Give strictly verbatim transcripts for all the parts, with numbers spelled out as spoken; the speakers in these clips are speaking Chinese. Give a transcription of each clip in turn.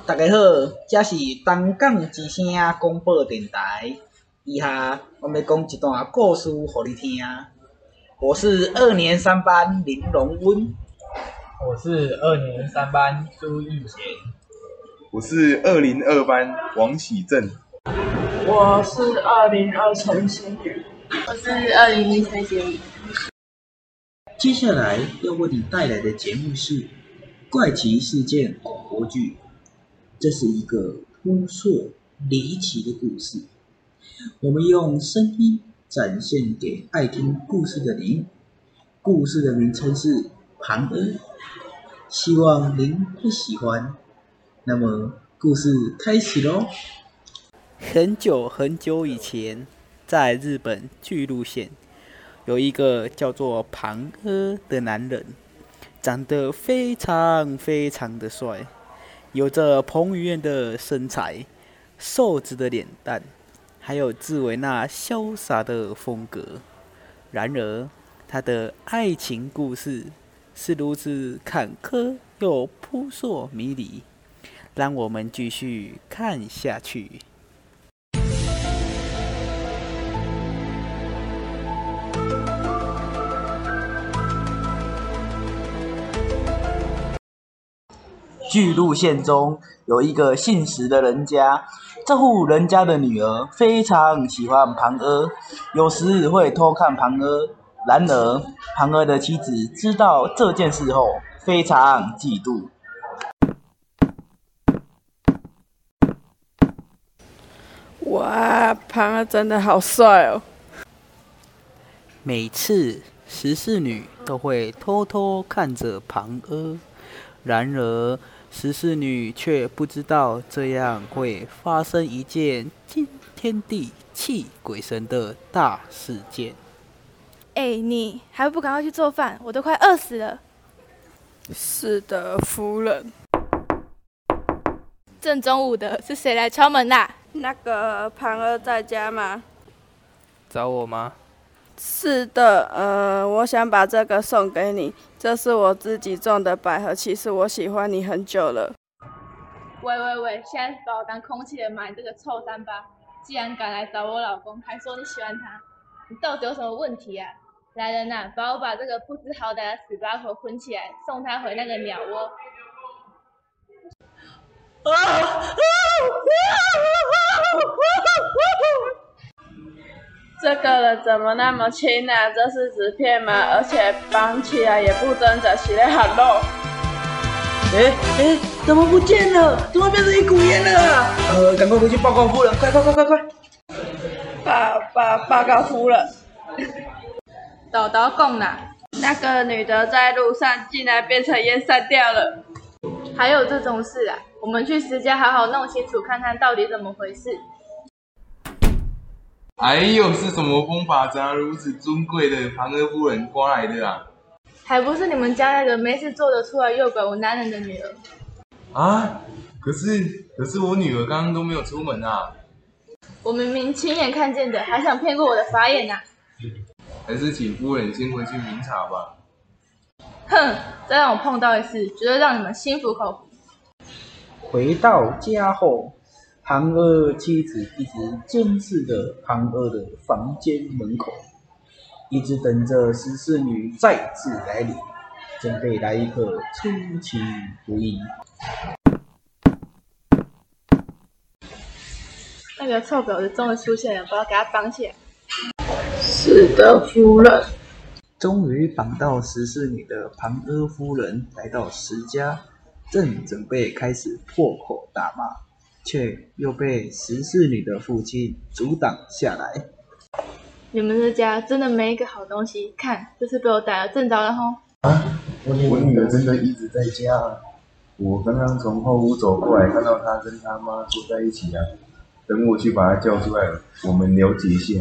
大家好，这是东港之声广播电台。以下我们要讲一段故事给你听。我是二年三班林荣温， 我是二年三班朱义贤， 我是二零二班王喜正， 我是二零二陈新宇， 我是二零一陈杰宇。 接下来要为你带来的节目是怪奇事件广播剧。这是一个扑朔离奇的故事，我们用声音展现给爱听故事的您。故事的名称是《庞恩》，希望您会喜欢。那么，故事开始咯。很久很久以前，在日本巨鹿县，有一个叫做庞阿的男人，长得非常非常的帅，有着彭于晏的身材，瘦子的脸蛋，还有自维那潇洒的风格。然而，他的爱情故事是如此坎坷又扑朔迷离，让我们继续看下去。巨鹿县中有一个姓石的人家，这户人家的女儿非常喜欢庞阿，有时会偷看庞阿。然而，庞阿的妻子知道这件事后，非常嫉妒。 哇，庞阿真的好帅哦！ 每次十四女都会偷偷看着庞阿，然而十四女却不知道这样会发生一件惊天地泣鬼神的大事件。 哎、欸，你还不赶快去做饭？我都快饿死了。 是的，夫人。 正中午的，是谁来敲门啦？ 那个庞阿在家吗？ 找我吗？ 是的，呃，我想把这个送给你，这是我自己种的百合，其实我喜欢你很久了。 喂喂喂，现在把我当空气人吗？你这个臭三八！既然敢来找我老公，还说你喜欢他，你到底有什么问题啊？来人呐、啊，把我把这个不知好歹的死八婆捆起来，送他回那个鸟窝。啊啊啊这个人怎么那么轻啊？这是纸片吗？而且绑起来也不挣扎，起来喊肉。 哎哎，怎么不见了？怎么变成一股烟了啊？呃，赶快回去报告夫人，快快快快快！ 报报报告夫人。 豆豆讲啦， 那个女的在路上竟然变成烟散掉了。 还有这种事啊？我们去石家好好弄清楚，看看到底怎么回事。 哎呦，是什么风法将如此尊贵的庞阿夫人刮来的啊？ 还不是你们家那个没事做得出来诱拐我男人的女儿啊！可是可是我女儿刚刚都没有出门啊！ 我明明亲眼看见的，还想骗过我的法眼啊！ 还是请夫人先回去明察吧。 哼，再让我碰到一次，绝对让你们心服口服。 回到家后，庞阿妻子一直监视着庞阿的房间门口，一直等着十四女再次来临，准备来一个出其不意。 那个臭婊子终于出现了，把我给他绑起来。 是的，夫人。 终于绑到十四女的庞阿夫人来到石家，正准备开始破口大骂，却又被十四女的父亲阻挡下来。 你们这家真的没一个好东西，看这次被我逮了，正着了吼！ 啊，我女儿真的一直在家啊！我刚刚从后屋走过来，看到她跟她妈坐在一起啊。等我去把她叫出来，我们了解一下。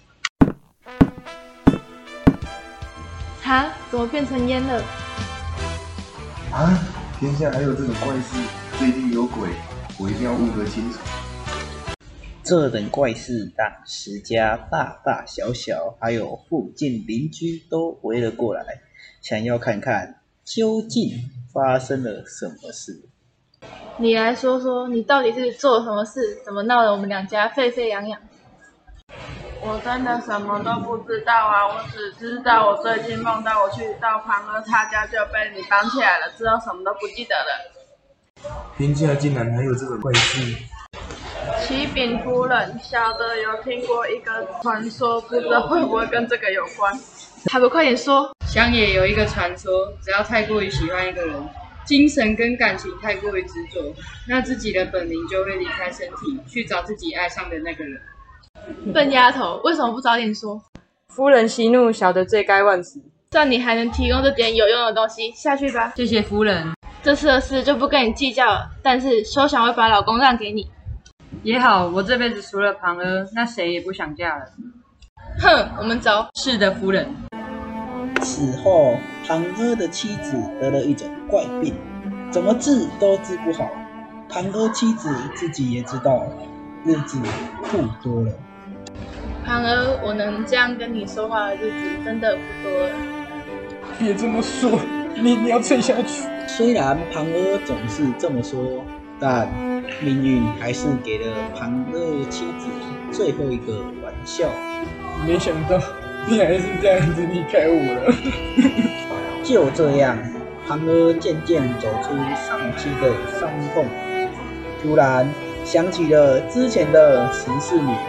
哈？怎么变成烟了？ 啊！天下还有这种怪事，这一定有鬼，我一定要问个清楚。 这等怪事让石家大大小小，还有附近邻居都围了过来，想要看看究竟发生了什么事。 你来说说，你到底是做了什么事，怎么闹得我们两家沸沸扬扬？ 我真的什么都不知道啊，我只知道我最近梦到我去到庞儿他家就被你绑起来了，之后什么都不记得了。 天下竟然还有这种怪事！ 启禀夫人，小的有听过一个传说，不知道会不会跟这个有关？ 还不快点说！ 乡野有一个传说，只要太过于喜欢一个人，精神跟感情太过于执着，那自己的本灵就会离开身体，去找自己爱上的那个人。 笨丫头，为什么不早点说？ 夫人息怒，小的罪该万死。 算你还能提供这点有用的东西，下去吧。 谢谢夫人。 这次的事就不跟你计较了，但是休想会把老公让给你。 也好，我这辈子除了庞儿，那谁也不想嫁了。 哼，我们走。 是的，夫人。 此后，庞儿的妻子得了一种怪病，怎么治都治不好。庞儿妻子自己也知道，日子苦多了。 庞儿，我能这样跟你说话的日子真的不多了。 别这么说，你一定要撑下去。 虽然庞儿总是这么说，但命运还是给了庞儿妻子最后一个玩笑。 没想到你还是这样子离开我了。 就这样，庞儿渐渐走出丧妻的伤痛，突然想起了之前的十四女。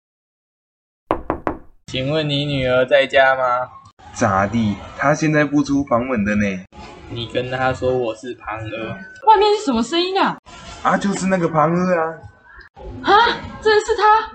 请问你女儿在家吗？ 咋地？她现在不出房门的呢。 你跟她说我是庞儿。 外面是什么声音啊？ 啊，就是那个庞儿啊！ 啊，真的是他！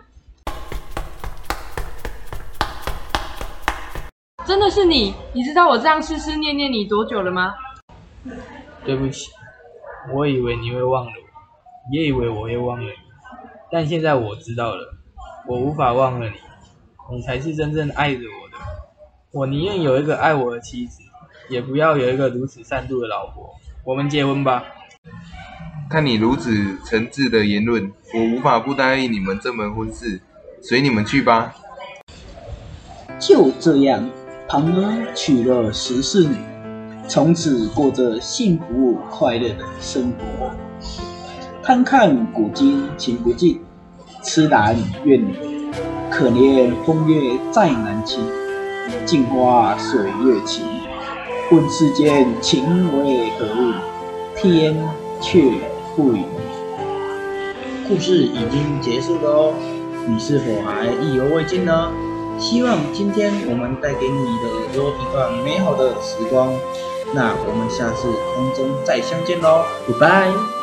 真的是你？你知道我这样思思念念你多久了吗？ 对不起，我以为你会忘了我，也以为我会忘了你，但现在我知道了，我无法忘了你，你才是真正爱着我的。我宁愿有一个爱我的妻子，也不要有一个如此善妒的老婆。我们结婚吧。 看你如此诚挚的言论，我无法不答应你们这门婚事，随你们去吧。 就这样，庞儿娶了十四女，从此过着幸福快乐的生活。贪看古今情不尽，痴男怨女，可怜风月再难清，镜花水月情。问世间情为何物，天却不语。故事已经结束了哦，你是否还意犹未尽呢？希望今天我们带给你的有一段美好的时光。那我们下次空中再相见喽，拜拜。